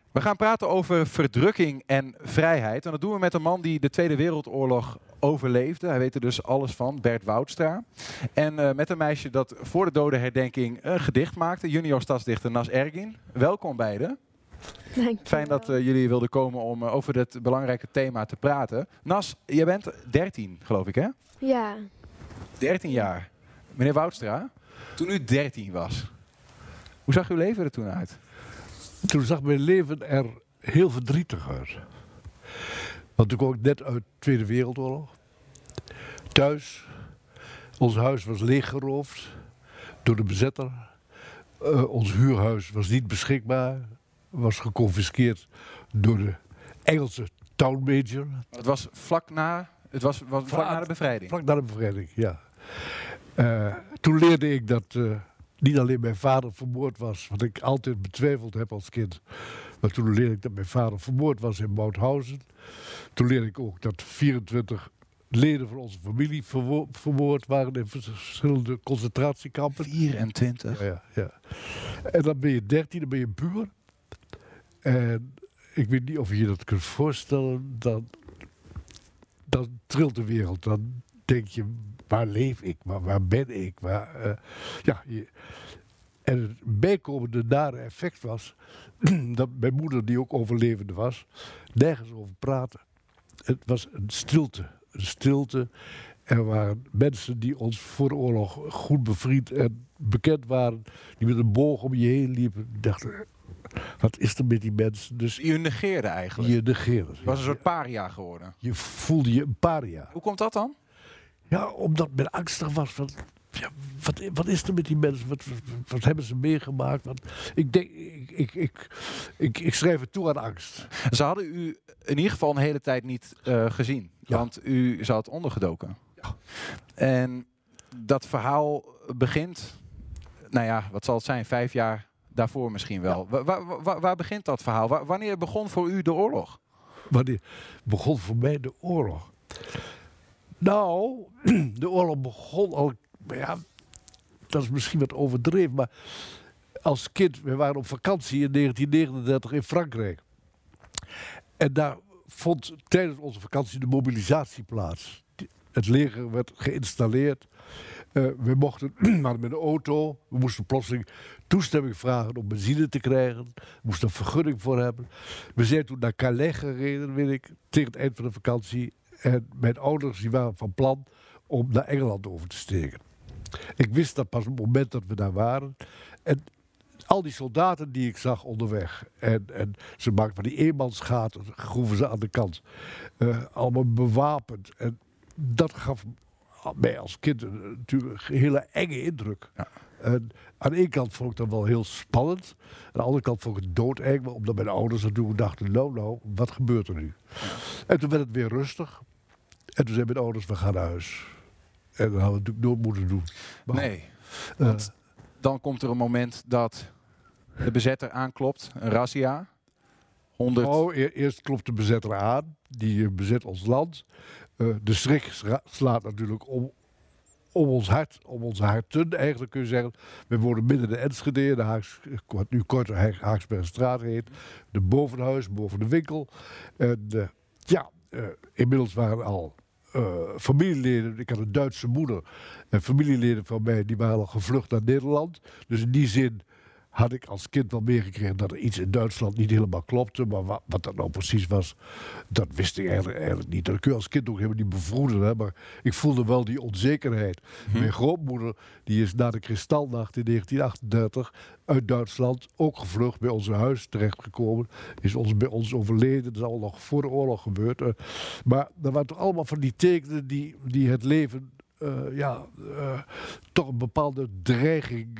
We gaan praten over verdrukking en vrijheid. En dat doen we met een man die de Tweede Wereldoorlog overleefde. Hij weet er dus alles van, Bert Woudstra. En met een meisje dat voor de dodenherdenking een gedicht maakte. Junior stadsdichter Nas Ergin. Welkom beiden. Fijn dat jullie wilden komen om over dit belangrijke thema te praten. Nas, jij bent 13, geloof ik, hè? Ja. 13 jaar. Meneer Woudstra, toen u 13 was, hoe zag uw leven er toen uit? Toen zag mijn leven er heel verdrietig uit. Want ik kwam net uit de Tweede Wereldoorlog. Thuis. Ons huis was leeggeroofd door de bezetter. Ons huurhuis was niet beschikbaar. Was geconfiskeerd door de Engelse town major. Het was vlak na de bevrijding. Vlak na de bevrijding, ja. Toen leerde ik dat niet alleen mijn vader vermoord was, wat ik altijd betwijfeld heb als kind. Maar toen leerde ik dat mijn vader vermoord was in Mauthausen. Toen leerde ik ook dat 24 leden van onze familie vermoord waren in verschillende concentratiekampen. 24? Ja. En dan ben je 13, dan ben je puber. En ik weet niet of je je dat kunt voorstellen. Dan trilt de wereld. Dan denk je, waar leef ik? Waar ben ik? En het bijkomende nare effect was dat mijn moeder, die ook overlevende was, nergens over praatte. Het was een stilte. Er waren mensen die ons voor de oorlog goed bevriend en bekend waren, die met een boog om je heen liepen. Die dachten, wat is er met die mensen? Dus je negeerde eigenlijk? Je negeerde. Je was een soort paria geworden? Je voelde je een paria. Hoe komt dat dan? Ja, omdat men angstig was van, wat is er met die mensen? Wat hebben ze meegemaakt? Ik schrijf het toe aan angst. Ze hadden u in ieder geval een hele tijd niet gezien. Ja. Want u zat ondergedoken. Ja. En dat verhaal begint, nou ja, wat zal het zijn? 5 jaar daarvoor misschien wel. Ja. Waar begint dat verhaal? Wanneer begon voor u de oorlog? Wanneer begon voor mij de oorlog? Nou, de oorlog begon al, ja, dat is misschien wat overdreven, maar als kind, we waren op vakantie in 1939 in Frankrijk. En daar vond tijdens onze vakantie de mobilisatie plaats. Het leger werd geïnstalleerd. We mochten maar met een auto. We moesten plotseling toestemming vragen om benzine te krijgen. We moesten een vergunning voor hebben. We zijn toen naar Calais gereden, weet ik, tegen het eind van de vakantie. En mijn ouders die waren van plan om naar Engeland over te steken. Ik wist dat pas op het moment dat we daar waren. En al die soldaten die ik zag onderweg. En ze maakten van die eenmansgaten, groeven ze aan de kant. Allemaal bewapend. En dat gaf mij als kind natuurlijk een hele enge indruk. Ja. En aan de ene kant vond ik dat wel heel spannend. Aan de andere kant vond ik het doodeng. Omdat mijn ouders natuurlijk dachten, nou, wat gebeurt er nu? Ja. En toen werd het weer rustig. En toen zeiden mijn ouders, we gaan naar huis. En dat hadden we natuurlijk nooit moeten doen. Maar, nee, want dan komt er een moment dat de bezetter aanklopt, een razzia. 100... Oh, eerst klopt de bezetter aan, die bezet ons land. De schrik slaat natuurlijk om ons hart, om onze harten eigenlijk kun je zeggen. We wonen midden in de Enschede, wat nu kort Haaksbergstraat heet. De bovenhuis, boven de winkel. En inmiddels waren al familieleden, ik had een Duitse moeder en familieleden van mij, die waren al gevlucht naar Nederland. Dus in die zin had ik als kind wel meegekregen dat er iets in Duitsland niet helemaal klopte. Maar wat dat nou precies was, dat wist ik eigenlijk niet. Dat kun je als kind ook helemaal niet bevroeden. Hè? Maar ik voelde wel die onzekerheid. Mijn grootmoeder die is na de Kristalnacht in 1938 uit Duitsland ook gevlucht, bij ons huis terechtgekomen. Is bij ons overleden. Dat is al nog voor de oorlog gebeurd. Maar er waren toch allemaal van die tekenen die het leven toch een bepaalde dreiging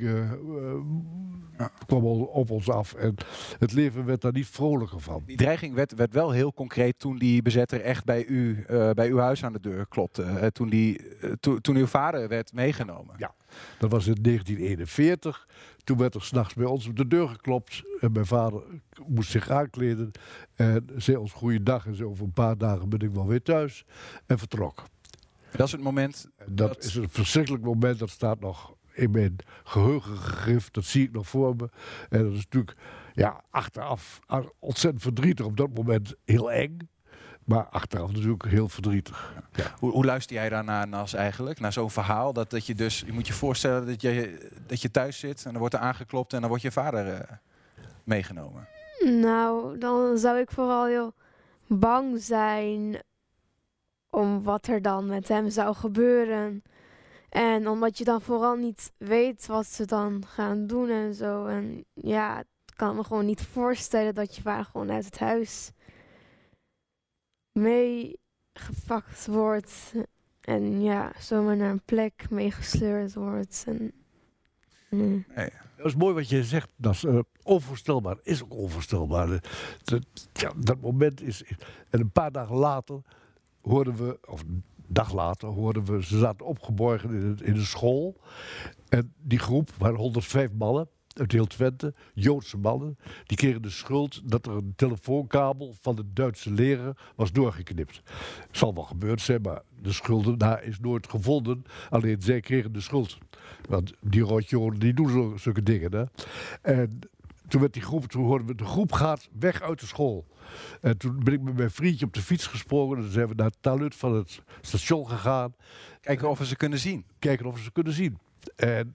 kwam op ons af. En het leven werd daar niet vrolijker van. Die dreiging werd wel heel concreet toen die bezetter echt bij uw huis aan de deur klopte. Toen uw vader werd meegenomen. Ja, dat was in 1941. Toen werd er 's nachts bij ons op de deur geklopt. En mijn vader moest zich aankleden. En zei ons goeiedag. En zei, over een paar dagen ben ik wel weer thuis. En vertrok. Dat is het moment. Dat is een verschrikkelijk moment. Dat staat nog in mijn geheugen gegrift. Dat zie ik nog voor me. En dat is natuurlijk Ja, achteraf ontzettend verdrietig. Op dat moment heel eng. Maar achteraf natuurlijk heel verdrietig. Ja. Hoe luister jij daarnaar, Nas, eigenlijk? Naar zo'n verhaal? Dat je dus, je moet je voorstellen dat je thuis zit en dan wordt er aangeklopt en dan wordt je vader meegenomen. Nou, dan zou ik vooral heel bang zijn om wat er dan met hem zou gebeuren. En omdat je dan vooral niet weet wat ze dan gaan doen en zo. En ja, ik kan me gewoon niet voorstellen dat je vader gewoon uit het huis meegepakt wordt. En ja, zomaar naar een plek meegesleurd wordt. En, Nee. Dat is mooi wat je zegt. Dat is onvoorstelbaar. Is ook onvoorstelbaar. Dat moment is... En een paar dagen later hoorden we... Of een dag later hoorden we... Ze zaten opgeborgen in de school. En die groep waren 105 mannen uit heel Twente. Joodse mannen. Die kregen de schuld dat er een telefoonkabel van de Duitse leraar was doorgeknipt. Zal wel gebeurd zijn, maar de schuldenaar is nooit gevonden. Alleen zij kregen de schuld. Want die rotjoden die doen zulke dingen. Hè? En toen werd toen hoorden we, de groep gaat weg uit de school. En toen ben ik met mijn vriendje op de fiets gesprongen. En dan zijn we naar het taluut van het station gegaan. Kijken of we ze kunnen zien. Kijken of we ze kunnen zien. En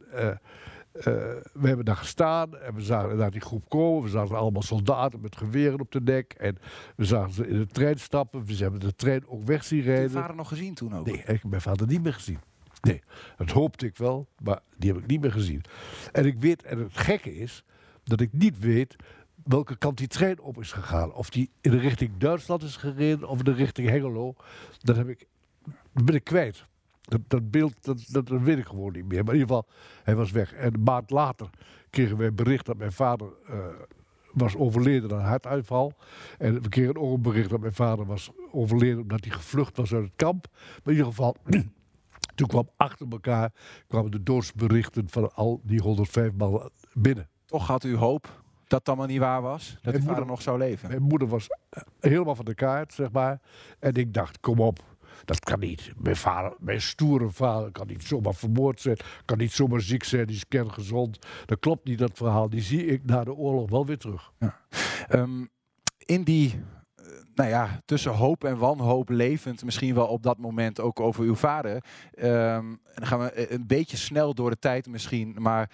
we hebben daar gestaan en we zagen naar die groep komen. We zagen allemaal soldaten met geweren op de nek. En we zagen ze in de trein stappen. We hebben de trein ook weg zien rijden. Heb je vader nog gezien toen ook? Nee, ik heb mijn vader niet meer gezien. Nee, dat hoopte ik wel, maar die heb ik niet meer gezien. En ik weet, en het gekke is, dat ik niet weet welke kant die trein op is gegaan. Of die in de richting Duitsland is gereden of in de richting Hengelo. Dat ben ik kwijt. Dat beeld, dat weet ik gewoon niet meer. Maar in ieder geval, hij was weg. En een maand later kregen wij bericht dat mijn vader was overleden aan een hartaanval. En we kregen ook een bericht dat mijn vader was overleden omdat hij gevlucht was uit het kamp. Maar in ieder geval... Toen kwam achter elkaar kwamen de doodsberichten van al die 105 man binnen. Toch had u hoop dat het allemaal niet waar was? Dat uw vader nog zou leven? Mijn moeder was helemaal van de kaart, zeg maar. En ik dacht, kom op, dat kan niet. Mijn stoere vader kan niet zomaar vermoord zijn. Kan niet zomaar ziek zijn, die is kerngezond. Dat klopt niet, dat verhaal. Die zie ik na de oorlog wel weer terug. Ja. In die... tussen hoop en wanhoop levend, misschien wel op dat moment ook over uw vader. Dan gaan we een beetje snel door de tijd misschien, maar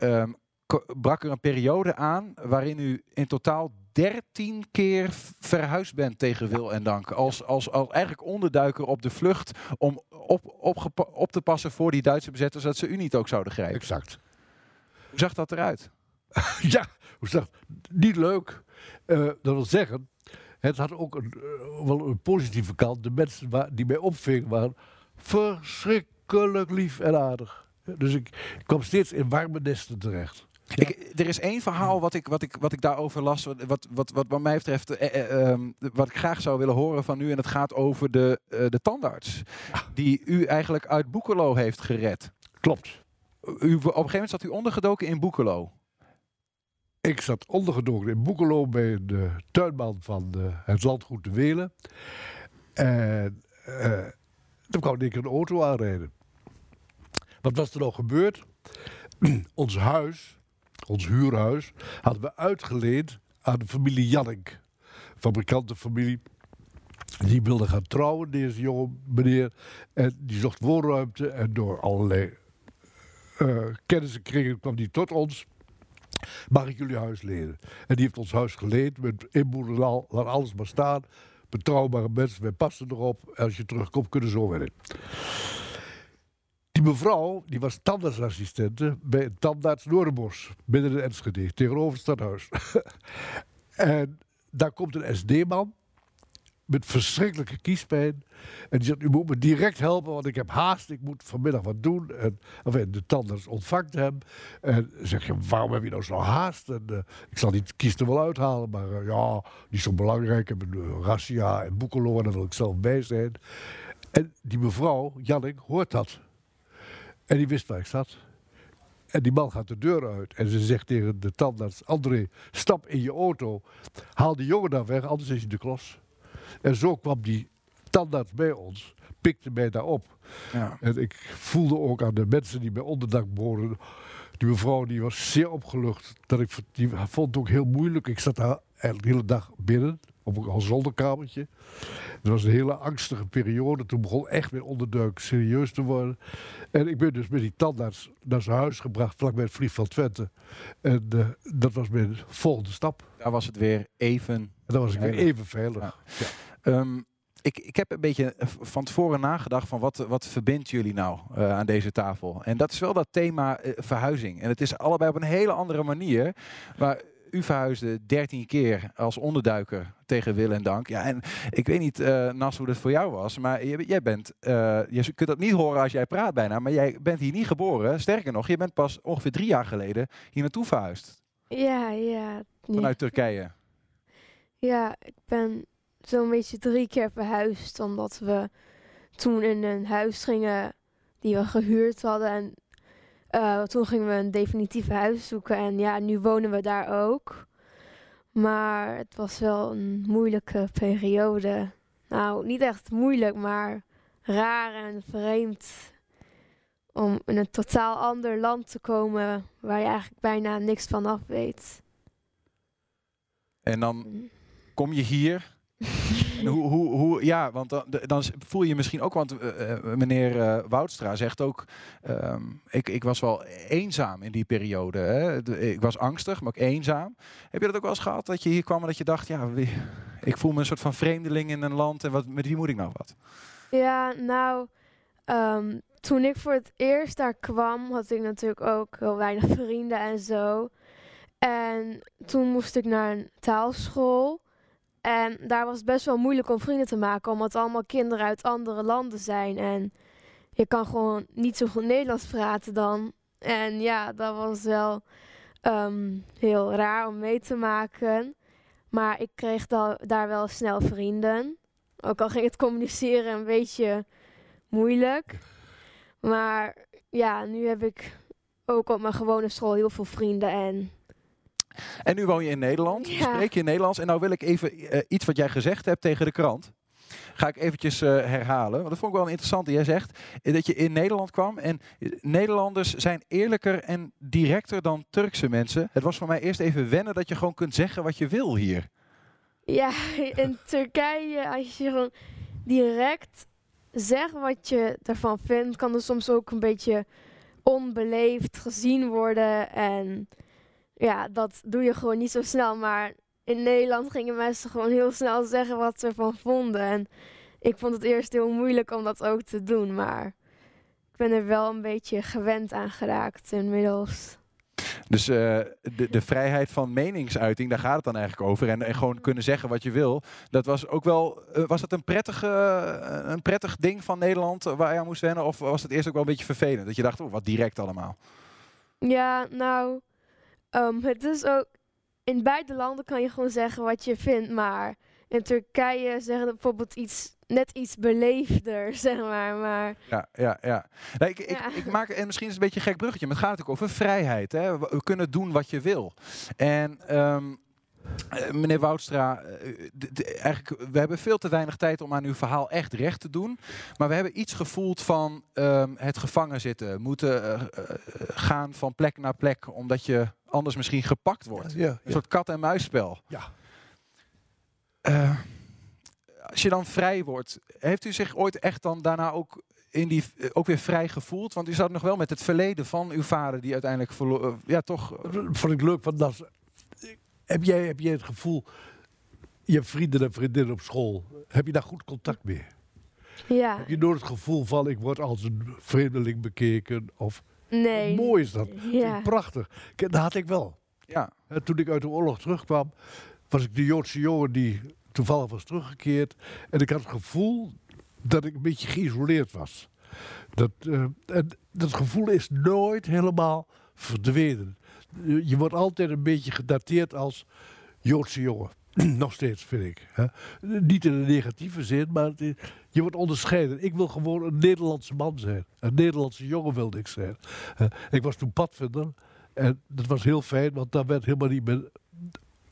brak er een periode aan waarin u in totaal 13 keer verhuisd bent tegen wil en dank. Als eigenlijk onderduiker op de vlucht om op te passen voor die Duitse bezetters, zodat ze u niet ook zouden grijpen. Exact. Hoe zag dat eruit? Ja, hoe zag niet leuk. Dat wil zeggen... Het had ook wel een positieve kant. De mensen die mij opvingen waren verschrikkelijk lief en aardig. Dus ik kwam steeds in warme nesten terecht. Ja. Er is één verhaal wat ik daarover las, wat mij betreft, wat ik graag zou willen horen van u. En het gaat over de tandarts, die u eigenlijk uit Boekelo heeft gered. Klopt. Op een gegeven moment zat u ondergedoken in Boekelo. Ik zat ondergedoken in Boekelo bij de tuinman van het landgoed De Welen. En toen kwam ik een auto aanrijden. Wat was er nou gebeurd? Ons huis, ons huurhuis, hadden we uitgeleend aan de familie Jannink. Fabrikantenfamilie. Die wilde gaan trouwen, deze jonge meneer. En die zocht woonruimte. En door allerlei kennissenkringen kwam die tot ons. Mag ik jullie huis lenen? En die heeft ons huis geleend met inboedel, laat alles maar staan. Betrouwbare mensen, wij passen erop. Als je terugkomt, kunnen zo weer in. Die mevrouw, die was tandartsassistente bij een tandarts Noorderbos, binnen de Enschede, tegenover het stadhuis. En daar komt een SD-man met verschrikkelijke kiespijn. En die zegt, u moet me direct helpen, want ik heb haast. Ik moet vanmiddag wat doen. En de tandarts ontvangt hem. En zeg je, waarom heb je nou zo haast? En, ik zal die kies er wel uithalen, maar ja, niet zo belangrijk. Ik heb een razzia en Boekelo en daar wil ik zelf bij zijn. En die mevrouw, Jannik, hoort dat. En die wist waar ik zat. En die man gaat de deur uit. En ze zegt tegen de tandarts, André, stap in je auto. Haal die jongen daar weg, anders is hij de klos. En zo kwam die tandarts bij ons, pikte mij daar op. Ja. En ik voelde ook aan de mensen die bij onderdak boren Die mevrouw die was zeer opgelucht. Die vond het ook heel moeilijk. Ik zat daar eigenlijk de hele dag binnen. Op een zolderkamertje. Het was een hele angstige periode. Toen begon echt weer onderduik serieus te worden. En ik ben dus met die tandarts naar zijn huis gebracht, vlakbij het vliegveld Twente. En dat was mijn volgende stap. Daar was het weer even... En dan was ik weer even veilig. Ja. Ik heb een beetje van tevoren nagedacht van wat verbindt jullie nou aan deze tafel. En dat is wel dat thema verhuizing. En het is allebei op een hele andere manier. Maar u verhuisde 13 keer als onderduiker tegen wil en dank. Ja, en ik weet niet, Nas, hoe dat voor jou was. Maar jij bent, je kunt dat niet horen als jij praat bijna. Maar jij bent hier niet geboren. Sterker nog, je bent pas ongeveer 3 jaar geleden hier naartoe verhuisd. Ja. Vanuit Turkije. Ja, ik ben zo'n beetje 3 keer verhuisd. Omdat we toen in een huis gingen die we gehuurd hadden. En toen gingen we een definitief huis zoeken. En ja, nu wonen we daar ook. Maar het was wel een moeilijke periode. Nou, niet echt moeilijk, maar raar en vreemd. Om in een totaal ander land te komen waar je eigenlijk bijna niks van af weet. En dan kom je hier. Ja, want dan voel je misschien ook, want meneer Woudstra zegt ook, ik was wel eenzaam in die periode. Hè? Ik was angstig, maar ook eenzaam. Heb je dat ook wel eens gehad, dat je hier kwam en dat je dacht, ja, ik voel me een soort van vreemdeling in een land en met wie moet ik nou wat? Ja, nou, toen ik voor het eerst daar kwam, had ik natuurlijk ook heel weinig vrienden en zo. En toen moest ik naar een taalschool. En daar was het best wel moeilijk om vrienden te maken, omdat het allemaal kinderen uit andere landen zijn. En je kan gewoon niet zo goed Nederlands praten dan. En ja, dat was wel heel raar om mee te maken. Maar ik kreeg daar wel snel vrienden. Ook al ging het communiceren een beetje moeilijk. Maar ja, nu heb ik ook op mijn gewone school heel veel vrienden. En nu woon je in Nederland, spreek je Nederlands. En nou wil ik even iets wat jij gezegd hebt tegen de krant. Ga ik eventjes herhalen. Want dat vond ik wel interessant. Jij zegt dat je in Nederland kwam. En Nederlanders zijn eerlijker en directer dan Turkse mensen. Het was voor mij eerst even wennen dat je gewoon kunt zeggen wat je wil hier. Ja, in Turkije, als je gewoon direct zegt wat je ervan vindt, kan er soms ook een beetje onbeleefd gezien worden. En ja, dat doe je gewoon niet zo snel. Maar in Nederland gingen mensen gewoon heel snel zeggen wat ze ervan vonden. En ik vond het eerst heel moeilijk om dat ook te doen. Maar ik ben er wel een beetje gewend aan geraakt inmiddels. Dus de vrijheid van meningsuiting, daar gaat het dan eigenlijk over. En gewoon kunnen zeggen wat je wil. Dat was ook wel, was het een prettig ding van Nederland waar je aan moest wennen? Of was het eerst ook wel een beetje vervelend? Dat je dacht, wat direct allemaal. Ja, nou, het is ook, in beide landen kan je gewoon zeggen wat je vindt. Maar in Turkije zeggen we bijvoorbeeld net iets beleefder, zeg maar. Ja. Nee, ik maak, en misschien is het een beetje een gek bruggetje, maar het gaat natuurlijk over vrijheid. Hè? We kunnen doen wat je wil. En meneer Woudstra, eigenlijk, we hebben veel te weinig tijd om aan uw verhaal echt recht te doen. Maar we hebben iets gevoeld van het gevangen zitten. Moeten gaan van plek naar plek, omdat je anders misschien gepakt wordt. Ja. Een soort kat-en-muisspel. Ja. Als je dan vrij wordt, heeft u zich ooit echt dan daarna ook weer vrij gevoeld? Want u zat nog wel met het verleden van uw vader die uiteindelijk toch... Vond ik leuk van Nas. Heb jij het gevoel, je hebt vrienden en vriendinnen op school. Heb je daar goed contact mee? Ja. Heb je nooit het gevoel van, ik word als een vreemdeling bekeken? Of, Nee. Mooi is dat. Ja. Prachtig. Dat had ik wel. Ja. Toen ik uit de oorlog terugkwam, was ik de Joodse jongen die toevallig was teruggekeerd. En ik had het gevoel dat ik een beetje geïsoleerd was. Dat gevoel is nooit helemaal verdwenen. Je wordt altijd een beetje gedateerd als Joodse jongen. Nog steeds, vind ik. Hè. Niet in een negatieve zin, maar je wordt onderscheiden. Ik wil gewoon een Nederlandse man zijn. Een Nederlandse jongen wilde ik zijn. Ik was toen padvinder. En dat was heel fijn, want daar werd helemaal niet meer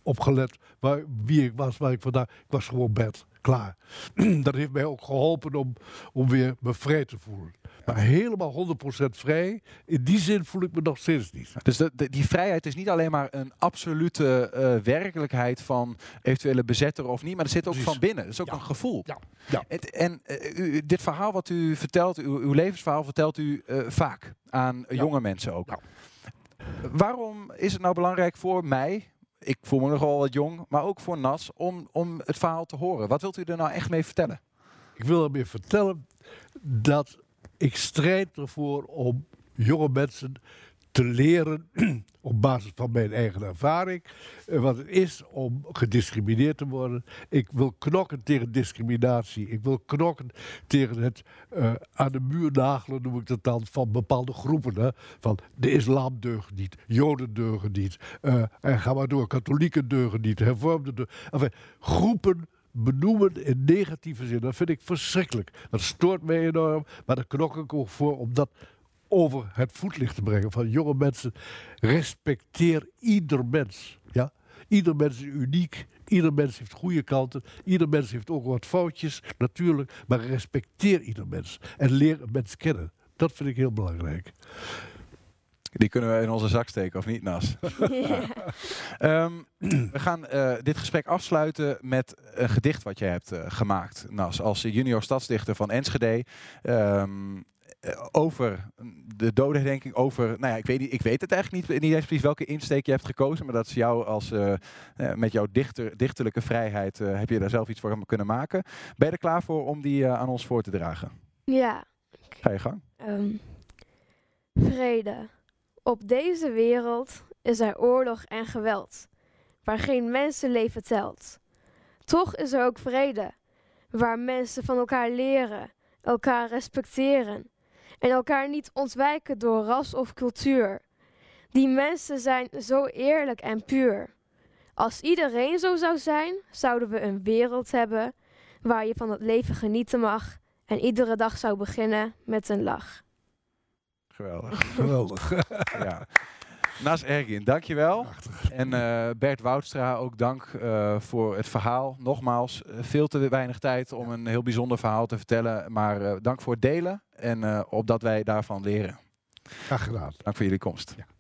opgelet wie ik was, waar ik vandaan. Ik was gewoon Bert, klaar. Dat heeft mij ook geholpen om weer me vrij te voelen. Maar helemaal 100% vrij, in die zin voel ik me nog steeds niet. Dus die vrijheid is niet alleen maar een absolute werkelijkheid van eventuele bezetter of niet, maar er zit ook Precies. van binnen. Dat is ook een gevoel. Ja. Ja. Dit verhaal wat u vertelt, uw levensverhaal vertelt u vaak aan jonge mensen ook. Ja. Waarom is het nou belangrijk voor mij, ik voel me nogal wat jong, maar ook voor Nas, om het verhaal te horen? Wat wilt u er nou echt mee vertellen? Ik wil ermee vertellen dat ik strijd ervoor om jonge mensen te leren, op basis van mijn eigen ervaring, wat het is om gediscrimineerd te worden. Ik wil knokken tegen discriminatie. Ik wil knokken tegen het aan de muur nagelen, noem ik dat dan, van bepaalde groepen. Hè? Van de islam deugt niet, joden deugen niet, en ga maar door, katholieken deugen niet, hervormden deugen. Enfin, groepen benoemen in negatieve zin, dat vind ik verschrikkelijk. Dat stoort mij enorm, maar daar knok ik ook voor om dat over het voetlicht te brengen. Van jonge mensen, respecteer ieder mens. Ja? Ieder mens is uniek, ieder mens heeft goede kanten, ieder mens heeft ook wat foutjes, natuurlijk, maar respecteer ieder mens en leer een mens kennen. Dat vind ik heel belangrijk. Die kunnen we in onze zak steken, of niet, Nas? We gaan dit gesprek afsluiten met een gedicht wat jij hebt gemaakt, Nas, als junior stadsdichter van Enschede. Over de dodenherdenking, over, nou ja, ik weet het eigenlijk niet eens precies welke insteek je hebt gekozen, maar dat is jou als, met jouw dichterlijke vrijheid heb je daar zelf iets voor kunnen maken. Ben je er klaar voor om die aan ons voor te dragen? Ja. Ga je gang. Vrede. Op deze wereld is er oorlog en geweld, waar geen mensenleven telt. Toch is er ook vrede, waar mensen van elkaar leren, elkaar respecteren en elkaar niet ontwijken door ras of cultuur. Die mensen zijn zo eerlijk en puur. Als iedereen zo zou zijn, zouden we een wereld hebben waar je van het leven genieten mag en iedere dag zou beginnen met een lach. Geweldig. Geweldig. Ja. Nas Ergin, dankjewel. Prachtig. En Bert Woudstra, ook dank voor het verhaal. Nogmaals, veel te weinig tijd om een heel bijzonder verhaal te vertellen. Maar dank voor het delen en opdat wij daarvan leren. Graag gedaan. Dank voor jullie komst. Ja.